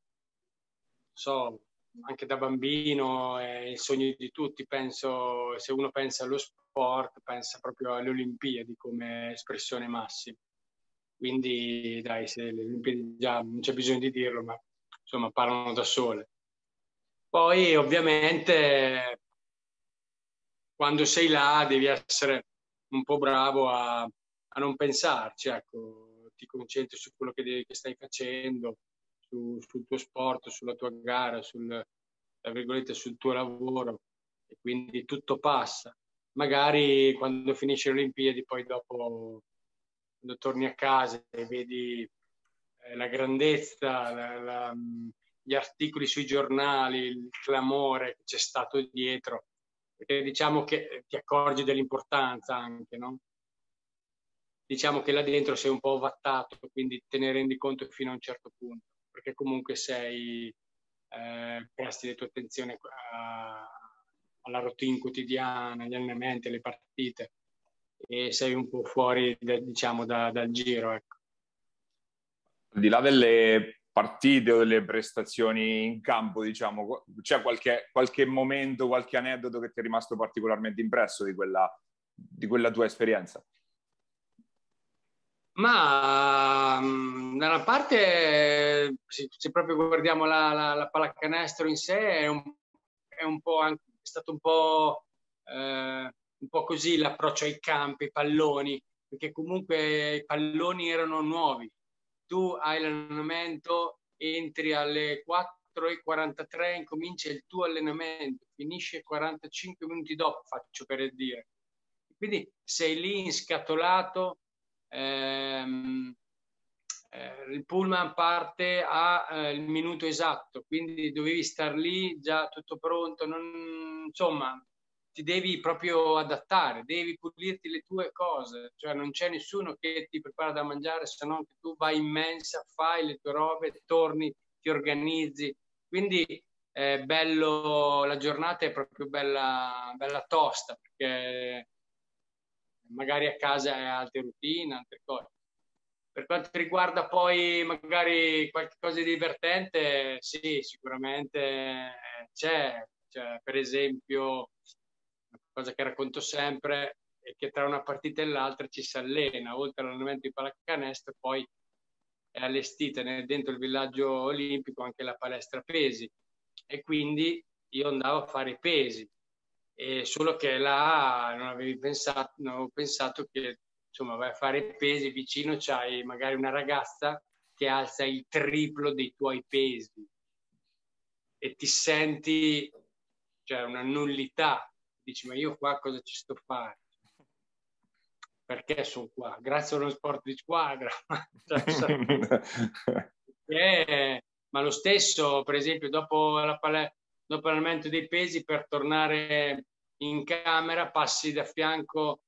anche da bambino è il sogno di tutti. Penso, se uno pensa allo sport, pensa proprio alle Olimpiadi come espressione massima. Quindi dai, se le Olimpiadi già non c'è bisogno di dirlo, ma insomma parlano da sole. Poi ovviamente quando sei là devi essere un po' bravo a non pensarci, ecco, ti concentri su quello che stai facendo, sul tuo sport, sulla tua gara, tra virgolette, sul tuo lavoro, e quindi tutto passa. Magari quando finisci le Olimpiadi, poi dopo, quando torni a casa e vedi la grandezza, gli articoli sui giornali, il clamore che c'è stato dietro, perché diciamo che ti accorgi dell'importanza anche, no? Diciamo che là dentro sei un po' ovattato, quindi te ne rendi conto fino a un certo punto, perché comunque presti le tue attenzioni alla routine quotidiana, agli allenamenti, alle partite, e sei un po' fuori diciamo dal giro, ecco. Al di là delle partite o delle prestazioni in campo, diciamo, c'è qualche momento, qualche aneddoto che ti è rimasto particolarmente impresso di quella tua esperienza? Ma da una parte, se proprio guardiamo la pallacanestro in sé, è stato un po' così l'approccio ai campi, ai palloni, perché comunque i palloni erano nuovi. Tu hai l'allenamento, entri alle 4:43, incomincia il tuo allenamento, finisce 45 minuti dopo, faccio per dire. Quindi sei lì inscatolato. Il pullman parte il minuto esatto, quindi dovevi star lì già tutto pronto, insomma ti devi proprio adattare, devi pulirti le tue cose, cioè non c'è nessuno che ti prepara da mangiare, se non che tu vai in mensa, fai le tue robe, torni, ti organizzi, quindi bello, la giornata è proprio bella, bella tosta, perché magari a casa hai altre routine, altre cose. Per quanto riguarda poi magari qualche cosa di divertente, sì, sicuramente c'è. Cioè, per esempio, una cosa che racconto sempre è che tra una partita e l'altra ci si allena, oltre all'allenamento di pallacanestro, poi è allestita dentro il villaggio olimpico anche la palestra pesi, e quindi io andavo a fare i pesi. Solo che là non avevo pensato che insomma vai a fare i pesi, vicino c'hai magari una ragazza che alza il triplo dei tuoi pesi e ti senti, cioè, una nullità, dici ma io qua cosa ci sto a fare? Perché sono qua? Grazie a uno sport di squadra. Ma lo stesso, per esempio, dopo l'allenamento dei pesi, per tornare in camera passi a fianco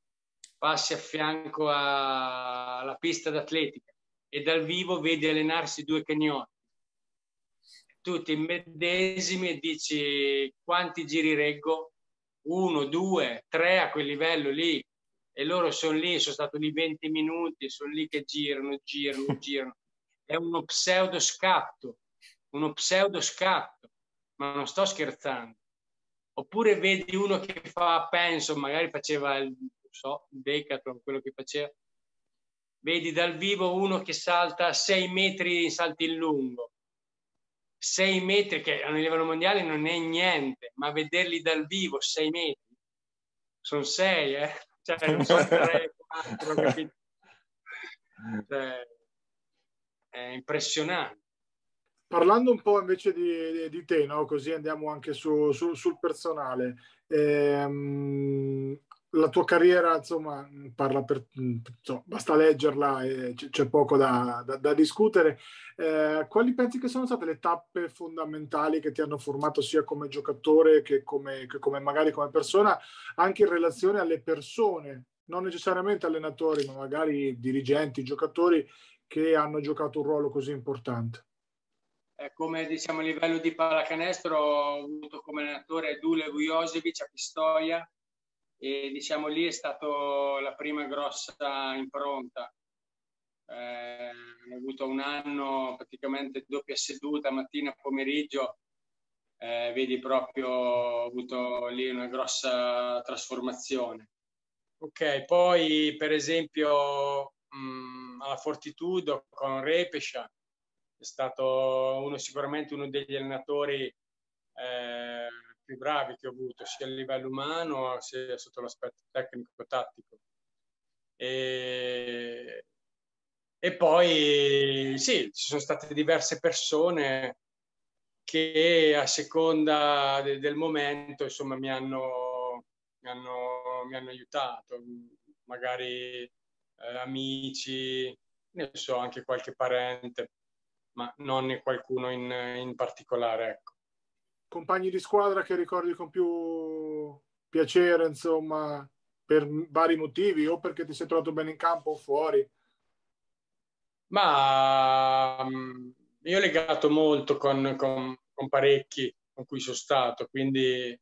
alla pista d'atletica e dal vivo vedi allenarsi due cagnoni. Tu ti immedesimi e dici quanti giri reggo? 1, 2, 3 a quel livello lì. E loro sono lì, sono stato lì 20 minuti, sono lì che girano. È uno pseudo scatto, ma non sto scherzando. Oppure vedi uno che fa, penso, magari faceva il decathlon, quello che faceva, vedi dal vivo uno che salta 6 metri, salti in lungo, 6 metri che a livello mondiale non è niente, ma vederli dal vivo 6 metri, sono 6, cioè non sono 3, 4, capito? Cioè, è impressionante. Parlando un po' invece di te, no? Così andiamo anche sul personale. La tua carriera, insomma, basta leggerla e c'è poco da discutere. Quali pensi che sono state le tappe fondamentali che ti hanno formato sia come giocatore che come magari come persona, anche in relazione alle persone, non necessariamente allenatori, ma magari dirigenti, giocatori che hanno giocato un ruolo così importante? Come diciamo a livello di pallacanestro ho avuto come allenatore Dule Vujosevic a Pistoia, e diciamo lì è stato la prima grossa impronta. Ho avuto un anno praticamente doppia seduta, mattina pomeriggio, vedi proprio, ho avuto lì una grossa trasformazione. Ok, poi per esempio alla Fortitudo con Repescia è stato sicuramente uno degli allenatori più bravi che ho avuto, sia a livello umano sia sotto l'aspetto tecnico-tattico. E poi sì, ci sono state diverse persone che a seconda del momento insomma mi hanno aiutato, magari amici, ne so, anche qualche parente, ma non qualcuno in particolare, ecco. Compagni di squadra che ricordi con più piacere, insomma, per vari motivi, o perché ti sei trovato bene in campo o fuori? Ma io ho legato molto con parecchi con cui sono stato, quindi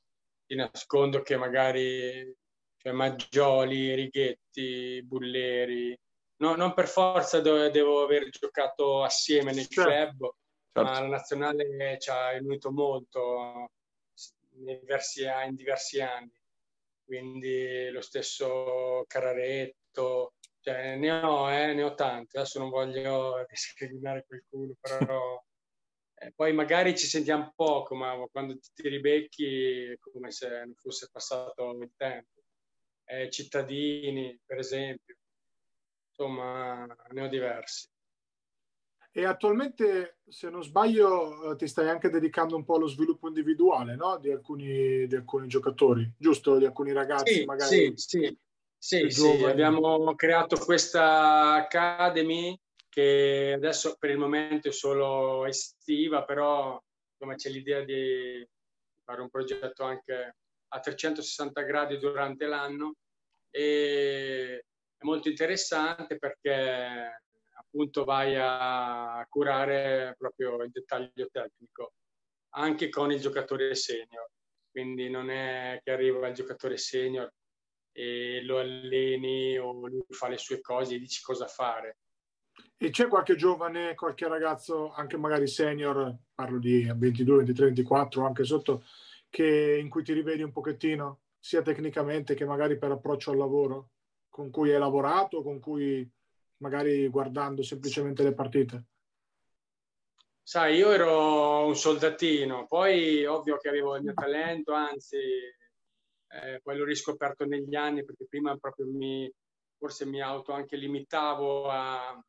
ti nascondo che magari cioè Maggioli, Righetti, Bulleri, no, non per forza devo aver giocato assieme nel club, ma la nazionale ci ha unito molto in diversi anni. Quindi lo stesso Cararetto, cioè, ne ho tanti. Adesso non voglio discriminare qualcuno, però poi magari ci sentiamo poco, ma quando ti ribecchi è come se non fosse passato il tempo. Cittadini, per esempio, insomma, ne ho diversi. E attualmente, se non sbaglio, ti stai anche dedicando un po' allo sviluppo individuale, no? Di alcuni giocatori, giusto? Di alcuni ragazzi, magari. Sì, abbiamo creato questa Academy che adesso per il momento è solo estiva, però insomma, c'è l'idea di fare un progetto anche a 360 gradi durante l'anno, e è molto interessante perché appunto vai a curare proprio il dettaglio tecnico anche con il giocatore senior, quindi non è che arriva il giocatore senior e lo alleni o lui fa le sue cose e dici cosa fare. E c'è qualche giovane, qualche ragazzo, anche magari senior, parlo di 22, 23, 24, anche sotto, in cui ti rivedi un pochettino, sia tecnicamente che magari per approccio al lavoro, con cui hai lavorato, con cui magari guardando semplicemente le partite? Sai, io ero un soldatino, poi ovvio che avevo il mio talento, anzi poi l'ho riscoperto negli anni, perché prima proprio forse mi auto anche limitavo a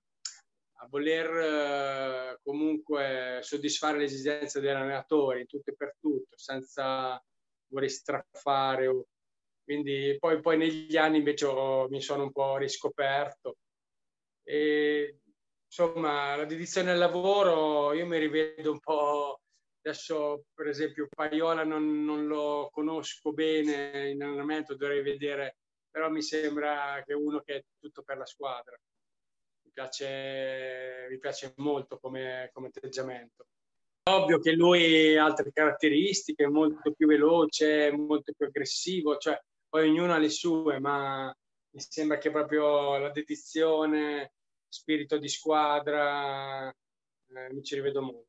voler comunque soddisfare le esigenze degli allenatori, tutto e per tutto, senza voler strafare. Quindi poi negli anni invece mi sono un po' riscoperto. E, insomma, la dedizione al lavoro, io mi rivedo un po'. Adesso, per esempio, Paiola non lo conosco bene in allenamento, dovrei vedere, però mi sembra che è uno che è tutto per la squadra. Mi piace molto come atteggiamento. Ovvio che lui ha altre caratteristiche, è molto più veloce, molto più aggressivo, cioè poi ognuno ha le sue, ma mi sembra che proprio la dedizione, spirito di squadra, mi ci rivedo molto.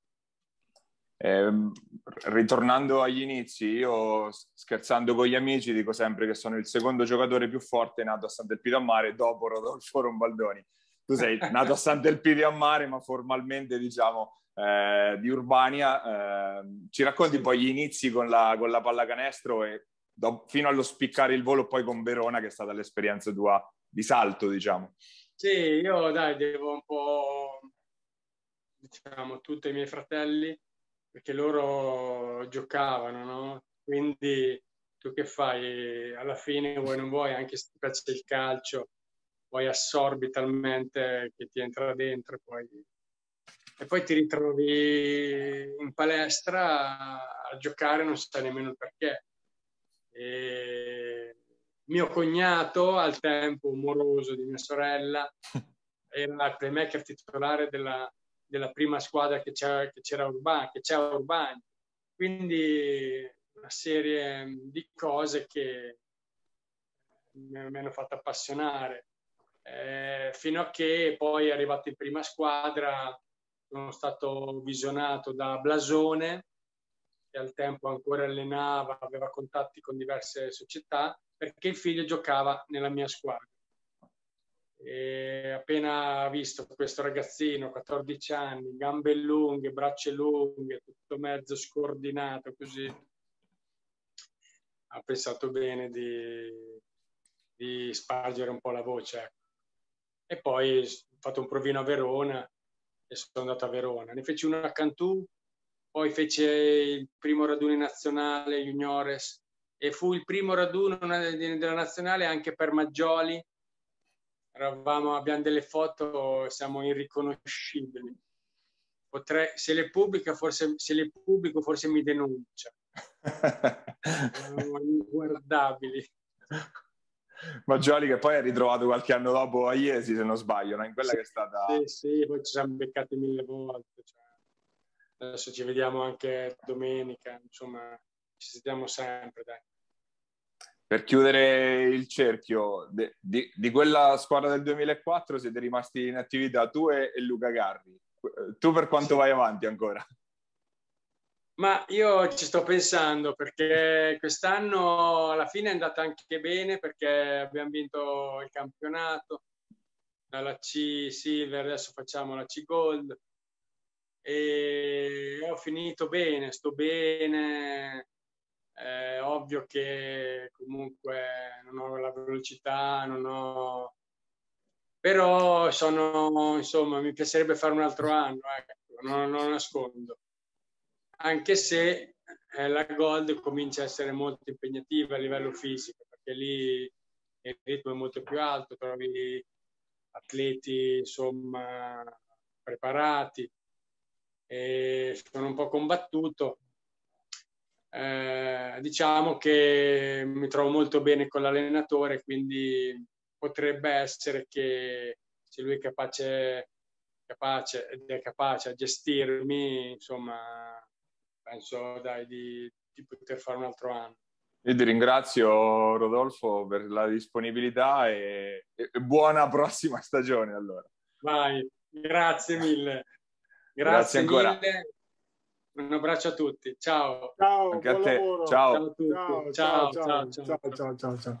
Ritornando agli inizi, io scherzando con gli amici dico sempre che sono il secondo giocatore più forte nato a Sant'Elpidio a Mare dopo Rodolfo Rombaldoni. Tu sei nato a Sant'Elpidio a Mare, ma formalmente diciamo di Urbania. Ci racconti poi gli inizi con la pallacanestro e fino allo spiccare il volo poi con Verona, che è stata l'esperienza tua di salto, diciamo. Sì, io devo un po', diciamo, tutti i miei fratelli, perché loro giocavano, no? Quindi tu che fai? Alla fine vuoi non vuoi, anche se ti piace il calcio, poi assorbi talmente che ti entra dentro e poi ti ritrovi in palestra a giocare, non sai nemmeno il perché. E mio cognato, al tempo moroso di mia sorella, era il playmaker titolare della prima squadra che c'era a Urbania. Quindi una serie di cose che mi hanno fatto appassionare. Fino a che poi arrivato in prima squadra sono stato visionato da Blasone, che al tempo ancora allenava, aveva contatti con diverse società, perché il figlio giocava nella mia squadra. E appena visto questo ragazzino, 14 anni, gambe lunghe, braccia lunghe, tutto mezzo scordinato così, ha pensato bene di spargere un po' la voce. E poi ho fatto un provino a Verona e sono andato a Verona. Ne feci uno a Cantù, poi fece il primo raduno in nazionale juniores e fu il primo raduno della nazionale anche per Maggioli. Abbiamo delle foto, siamo irriconoscibili. Se le pubblico forse mi denuncia. Inguardabili. Maggioli che poi ha ritrovato qualche anno dopo a Iesi, se non sbaglio, no? In quella che è stata... Sì, poi ci siamo beccati 1000 volte. Cioè, adesso ci vediamo anche domenica, insomma, ci ci sentiamo sempre, dai. Per chiudere il cerchio, di quella squadra del 2004 siete rimasti in attività tu e Luca Garri. Tu per quanto vai avanti ancora? Ma io ci sto pensando, perché quest'anno alla fine è andata anche bene, perché abbiamo vinto il campionato, la C Silver, adesso facciamo la C Gold, e ho finito bene, sto bene. Ovvio che comunque non ho la velocità, però insomma, mi piacerebbe fare un altro anno, ecco, non nascondo. Anche se la Gold comincia a essere molto impegnativa a livello fisico, perché lì il ritmo è molto più alto, trovi atleti insomma preparati, e sono un po' combattuto. Diciamo che mi trovo molto bene con l'allenatore, quindi potrebbe essere che se lui è capace a gestirmi, insomma, penso di poter fare un altro anno. Io ti ringrazio, Rodolfo, per la disponibilità e buona prossima stagione allora. Vai, grazie mille. Grazie ancora. Mille. Un abbraccio a tutti. Ciao. Ciao, Anche buon a te. lavoro. Ciao. Ciao a tutti. Ciao, Ciao. ciao, ciao, ciao.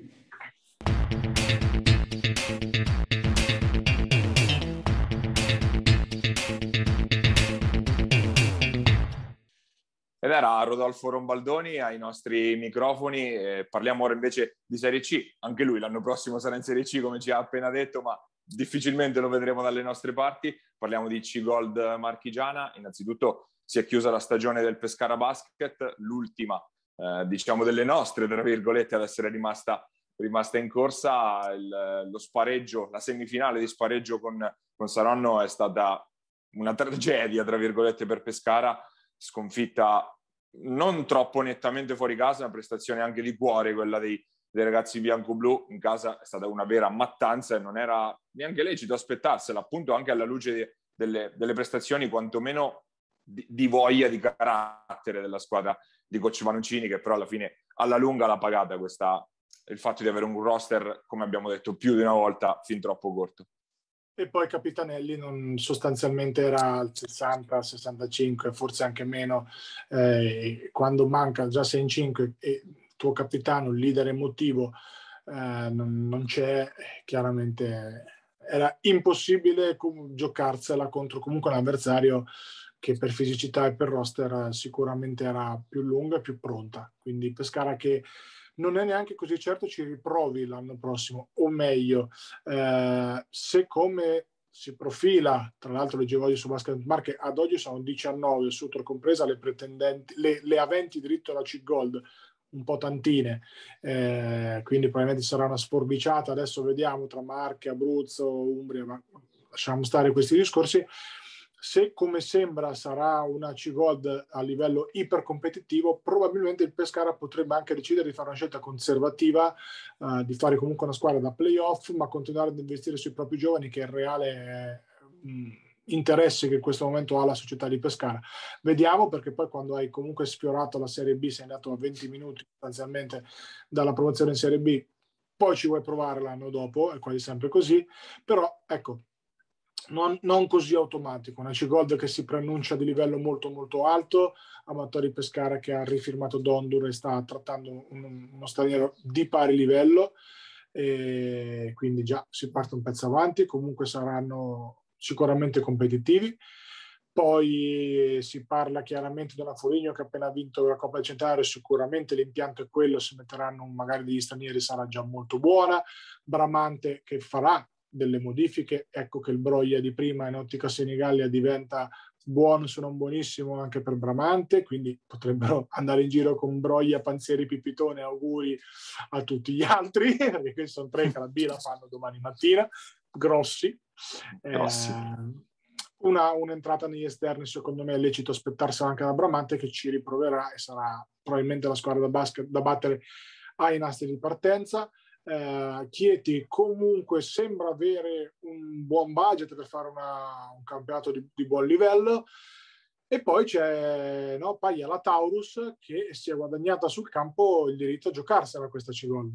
Ed era Rodolfo Rombaldoni ai nostri microfoni. Parliamo ora invece di Serie C. Anche lui l'anno prossimo sarà in Serie C, come ci ha appena detto, ma difficilmente lo vedremo dalle nostre parti. Parliamo di C Gold Marchigiana. Innanzitutto si è chiusa la stagione del Pescara Basket, l'ultima, diciamo, delle nostre, tra virgolette, ad essere rimasta in corsa. Lo spareggio, la semifinale di spareggio con Saronno è stata una tragedia, tra virgolette, per Pescara. Sconfitta non troppo nettamente fuori casa, una prestazione anche di cuore quella dei ragazzi bianco-blu. In casa è stata una vera mattanza e non era neanche lecito aspettarsela, appunto anche alla luce delle prestazioni quantomeno di voglia, di carattere della squadra di coach Manucini, che però alla fine alla lunga l'ha pagata il fatto di avere un roster, come abbiamo detto più di una volta, fin troppo corto. E poi Capitanelli sostanzialmente era al 60, 65, forse anche meno, quando manca già 6 in 5 e il tuo capitano, il leader emotivo, non c'è, chiaramente era impossibile giocarsela contro comunque un avversario che per fisicità e per roster sicuramente era più lunga e più pronta. Quindi Pescara che non è neanche così certo ci riprovi l'anno prossimo, o meglio, se come si profila, tra l'altro leggevo oggi su Basket Marche, ad oggi sono 19, Sutro compresa, le pretendenti, le aventi diritto alla C Gold, un po' tantine, quindi probabilmente sarà una sforbiciata, adesso vediamo tra Marche, Abruzzo, Umbria, ma lasciamo stare questi discorsi. Se come sembra sarà una C-Gold a livello ipercompetitivo, probabilmente il Pescara potrebbe anche decidere di fare una scelta conservativa, di fare comunque una squadra da playoff, ma continuare ad investire sui propri giovani, che è il reale interesse che in questo momento ha la società di Pescara. Vediamo, perché poi quando hai comunque sfiorato la Serie B, sei andato a 20 minuti sostanzialmente dalla promozione in Serie B, poi ci vuoi provare l'anno dopo, è quasi sempre così, però ecco, non così automatico. Una C-Gold che si preannuncia di livello molto molto alto, Amatori Pescara che ha rifirmato Dondur e sta trattando uno straniero di pari livello, e quindi già si parte un pezzo avanti. Comunque saranno sicuramente competitivi. Poi si parla chiaramente di una Foligno che ha appena vinto la Coppa del Centenario, sicuramente l'impianto è quello, se metteranno magari degli stranieri sarà già molto buona. Bramante che farà delle modifiche, ecco che il Broia di prima in ottica Senigallia diventa buono se non buonissimo anche per Bramante, quindi potrebbero andare in giro con Broia, Panzieri, Pipitone, auguri a tutti gli altri, perché questi sono 3 che la B la fanno domani mattina, grossi. Un'entrata negli esterni secondo me è lecito aspettarsela anche da Bramante, che ci riproverà e sarà probabilmente la squadra da basket da battere ai nastri di partenza. Chieti comunque sembra avere un buon budget per fare un campionato di buon livello. E poi c'è Paglia la Taurus che si è guadagnata sul campo il diritto a giocarsela questa C-Gold.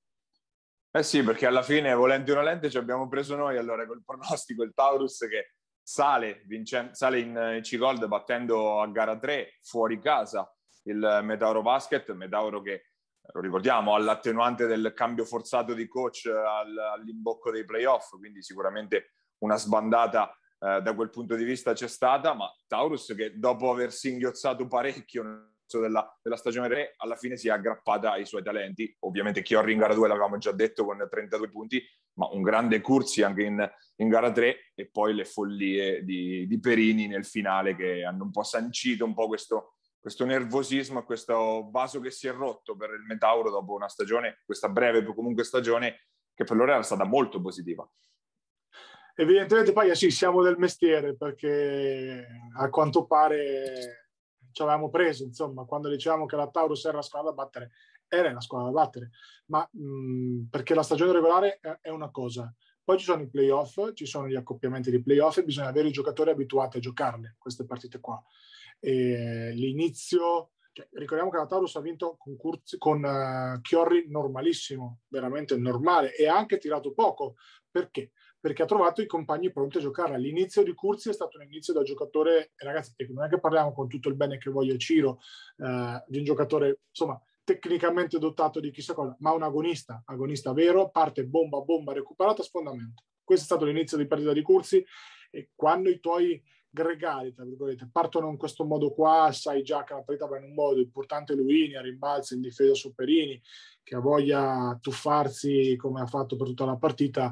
Eh sì, perché alla fine, volenti o nolenti, ci abbiamo preso noi allora col pronostico il Taurus che sale in C-Gold battendo a gara 3 fuori casa il Metauro Basket, Metauro che, lo ricordiamo, ha l'attenuante del cambio forzato di coach all'imbocco dei playoff, quindi sicuramente una sbandata da quel punto di vista c'è stata, ma Taurus che dopo aver singhiozzato parecchio della stagione 3 alla fine si è aggrappata ai suoi talenti. Ovviamente Chiorri in gara 2 l'avevamo già detto con 32 punti, ma un grande Curzi anche in gara 3, e poi le follie di Perini nel finale che hanno un po' sancito un po' questo nervosismo, questo vaso che si è rotto per il Metauro dopo una stagione, questa breve comunque stagione che per loro era stata molto positiva. Evidentemente poi sì, siamo del mestiere, perché a quanto pare ci avevamo preso, insomma, quando dicevamo che la Taurus era la squadra da battere, era la squadra da battere, ma perché la stagione regolare è una cosa, poi ci sono i playoff, ci sono gli accoppiamenti di playoff e bisogna avere i giocatori abituati a giocarle, queste partite qua. E l'inizio, ricordiamo che la Taurus ha vinto con Chiorri normalissimo, veramente normale, e ha anche tirato poco. Perché? Perché ha trovato i compagni pronti a giocare. All'inizio di Curzi è stato un inizio da giocatore, ragazzi, non è che parliamo con tutto il bene che voglio Ciro, di un giocatore, insomma, tecnicamente dotato di chissà cosa, ma un agonista vero, parte bomba, recuperata, sfondamento. Questo è stato l'inizio di partita di Curzi, e quando i tuoi gregali, tra virgolette, partono in questo modo qua, sai già che la partita va in un modo importante. Luini a rimbalzo in difesa su Perini, che ha voglia tuffarsi come ha fatto per tutta la partita.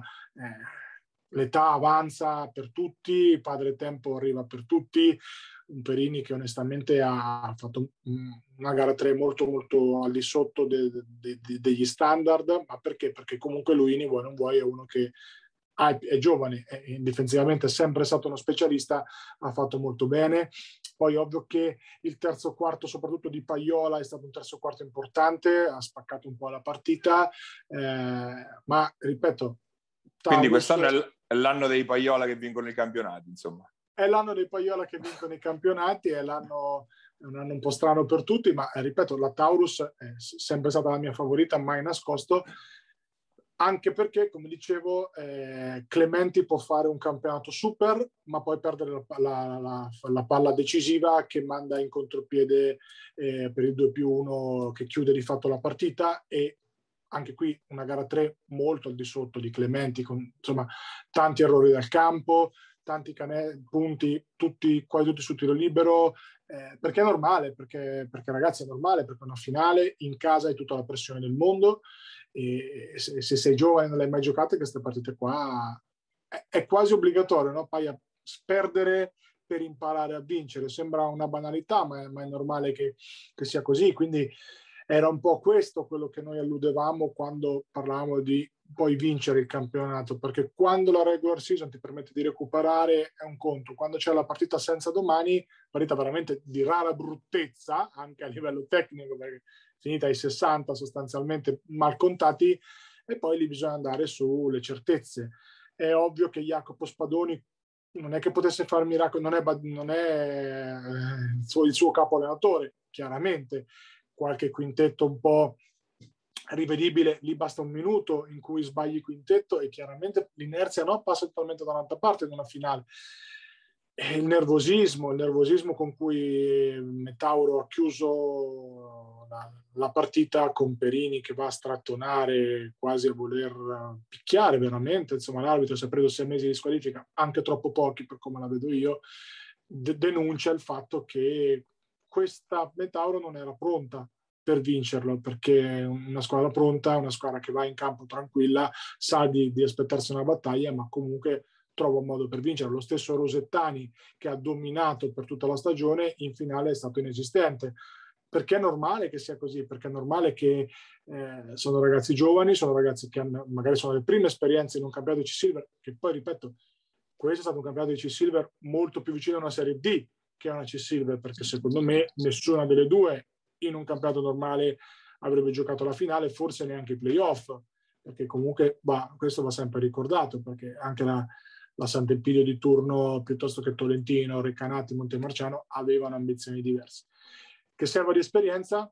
L'età avanza per tutti, padre tempo arriva per tutti, un Perini che onestamente ha fatto una gara 3 molto molto al di sotto degli standard, ma perché? Perché comunque Luini, vuoi non vuoi, è uno che è giovane, difensivamente è sempre stato uno specialista, ha fatto molto bene. Poi ovvio che il terzo quarto, soprattutto di Paiola, è stato un terzo quarto importante, ha spaccato un po' la partita, ma ripeto, quindi quest'anno è l'anno dei Paiola che vincono i campionati, insomma. È l'anno dei Paiola che vincono i campionati, è un anno un po' strano per tutti, ma ripeto, la Taurus è sempre stata la mia favorita, mai nascosto, anche perché, come dicevo, Clementi può fare un campionato super, ma poi perdere la palla decisiva che manda in contropiede per il 2+1 che chiude di fatto la partita. E anche qui una gara 3 molto al di sotto di Clementi, con insomma tanti errori dal campo, tanti punti, quasi tutti su tiro libero, perché è normale, perché ragazzi è normale, perché è una finale, in casa hai tutta la pressione del mondo, e se sei giovane e non l'hai mai giocate, queste partite qua è quasi obbligatorio, no? Poi a perdere per imparare a vincere sembra una banalità, ma è normale che sia così. Quindi era un po' questo quello che noi alludevamo quando parlavamo di poi vincere il campionato, perché quando la regular season ti permette di recuperare è un conto, quando c'è la partita senza domani, partita veramente di rara bruttezza anche a livello tecnico, perché finita ai 60 sostanzialmente mal contati, e poi lì bisogna andare sulle certezze. È ovvio che Jacopo Spadoni non è che potesse fare miracoli, non è il suo capo allenatore, chiaramente. Qualche quintetto un po' rivedibile, lì basta un minuto in cui sbagli quintetto e chiaramente l'inerzia passa totalmente da un'altra parte in una finale. E il nervosismo con cui Metauro ha chiuso la partita, con Perini che va a strattonare, quasi a voler picchiare veramente, insomma l'arbitro si è preso 6 mesi di squalifica, anche troppo pochi per come la vedo io, denuncia il fatto che questa Metauro non era pronta per vincerlo, perché una squadra pronta, una squadra che va in campo tranquilla, sa di aspettarsi una battaglia, ma comunque trova un modo per vincere. Lo stesso Rosettani, che ha dominato per tutta la stagione, in finale è stato inesistente. Perché è normale che sia così, perché è normale che sono ragazzi giovani, sono ragazzi che magari sono le prime esperienze in un campionato di C-Silver, che poi, ripeto, questo è stato un campionato di C-Silver molto più vicino a una Serie D che a una C-Silver, perché secondo me nessuna delle due in un campionato normale avrebbe giocato la finale, forse neanche i playoff, perché comunque questo va sempre ricordato, perché anche la Sant'Elpidio di turno piuttosto che Tolentino, Recanati, Montemarciano avevano ambizioni diverse. Che serva di esperienza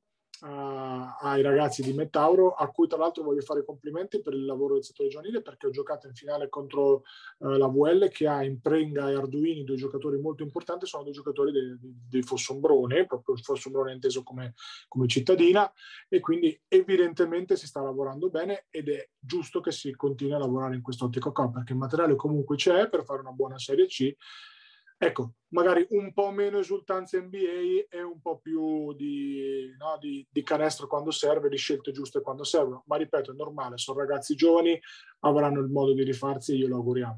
ai ragazzi di Metauro, a cui tra l'altro voglio fare i complimenti per il lavoro del settore giovanile, perché ho giocato in finale contro la VL, che ha Imprenga e Arduini, due giocatori molto importanti, sono due giocatori di Fossombrone, proprio il Fossombrone inteso come cittadina, e quindi evidentemente si sta lavorando bene ed è giusto che si continui a lavorare in quest'ottica qua, perché il materiale comunque c'è per fare una buona Serie C. Ecco, magari un po' meno esultanza NBA e un po' più di canestro quando serve, di scelte giuste quando servono. Ma ripeto, è normale, sono ragazzi giovani, avranno il modo di rifarsi e glielo auguriamo.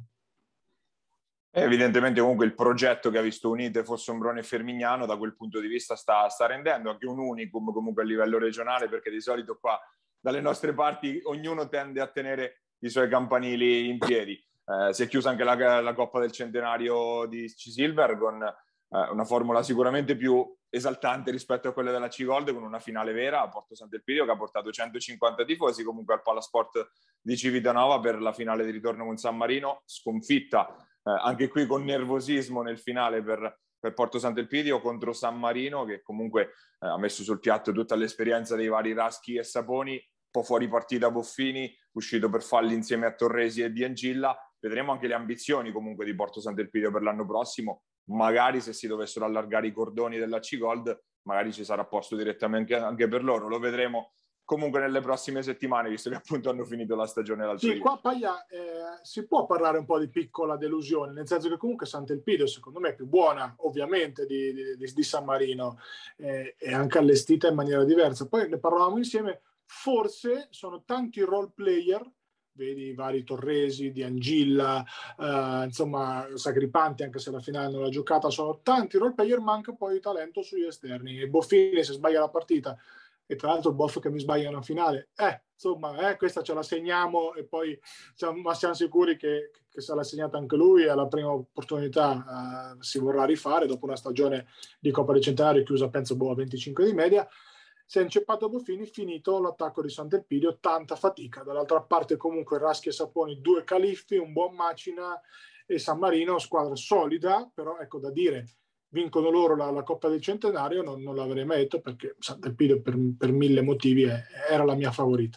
Evidentemente comunque il progetto che ha visto unite Fossombrone e Fermignano da quel punto di vista sta rendendo anche un unicum comunque a livello regionale, perché di solito qua dalle nostre parti ognuno tende a tenere i suoi campanili in piedi. Si è chiusa anche la Coppa del Centenario di C-Silver con una formula sicuramente più esaltante rispetto a quella della C-Gold, con una finale vera a Porto Sant'Elpidio che ha portato 150 tifosi comunque al Palasport di Civitanova per la finale di ritorno con San Marino, sconfitta anche qui con nervosismo nel finale per Porto Sant'Elpidio contro San Marino, che comunque ha messo sul piatto tutta l'esperienza dei vari Raschi e Saponi, un po' fuori partita Boffini, uscito per falli insieme a Torresi e Di Angilla. Vedremo anche le ambizioni comunque di Porto Sant'Elpidio per l'anno prossimo. Magari se si dovessero allargare i cordoni della C-Gold, magari ci sarà posto direttamente anche per loro. Lo vedremo comunque nelle prossime settimane, visto che appunto hanno finito la stagione l'altro ieri. Sì, qua Paglia si può parlare un po' di piccola delusione, nel senso che comunque Sant'Elpidio secondo me è più buona ovviamente di San Marino, è anche allestita in maniera diversa. Poi ne parlavamo insieme, forse sono tanti role player, vedi i vari Torresi, Di Angilla, insomma Sacripanti, anche se la finale non l'ha giocata, sono tanti role player, manca poi di talento sugli esterni. E Boffini, se sbaglia la partita, e tra l'altro il Boff che mi sbaglia una finale, insomma, questa ce la segniamo, e poi ma siamo sicuri che se l'ha segnata anche lui, alla prima opportunità si vorrà rifare, dopo una stagione di Coppa del Centenario chiusa penso a 25 di media. Si è inceppato Boffini, finito l'attacco di Sant'Elpidio, tanta fatica. Dall'altra parte comunque Raschi e Saponi, due califfi, un buon Macina, e San Marino, squadra solida, però ecco, da dire vincono loro la Coppa del Centenario non l'avrei mai detto, perché Sant'Elpidio per mille motivi era la mia favorita.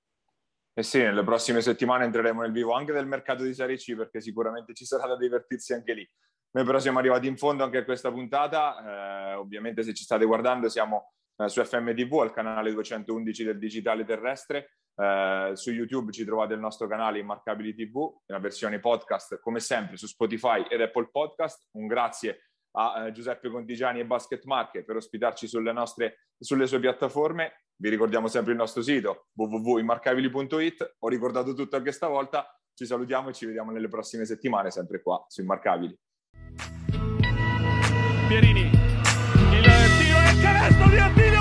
E sì, nelle prossime settimane entreremo nel vivo anche del mercato di Serie C, perché sicuramente ci sarà da divertirsi anche lì. Noi però siamo arrivati in fondo anche a questa puntata. Ovviamente se ci state guardando siamo su FMTV, al canale 211 del digitale terrestre. Su YouTube ci trovate il nostro canale Immarcabili TV, nella versione podcast come sempre su Spotify ed Apple Podcast. Un grazie a Giuseppe Contigiani e Basket Marche per ospitarci sulle sue piattaforme. Vi ricordiamo sempre il nostro sito www.immarcabili.it. Ho ricordato tutto anche stavolta. Ci salutiamo e ci vediamo nelle prossime settimane sempre qua su Immarcabili. Pierini, il tiro e il canestro di Attila!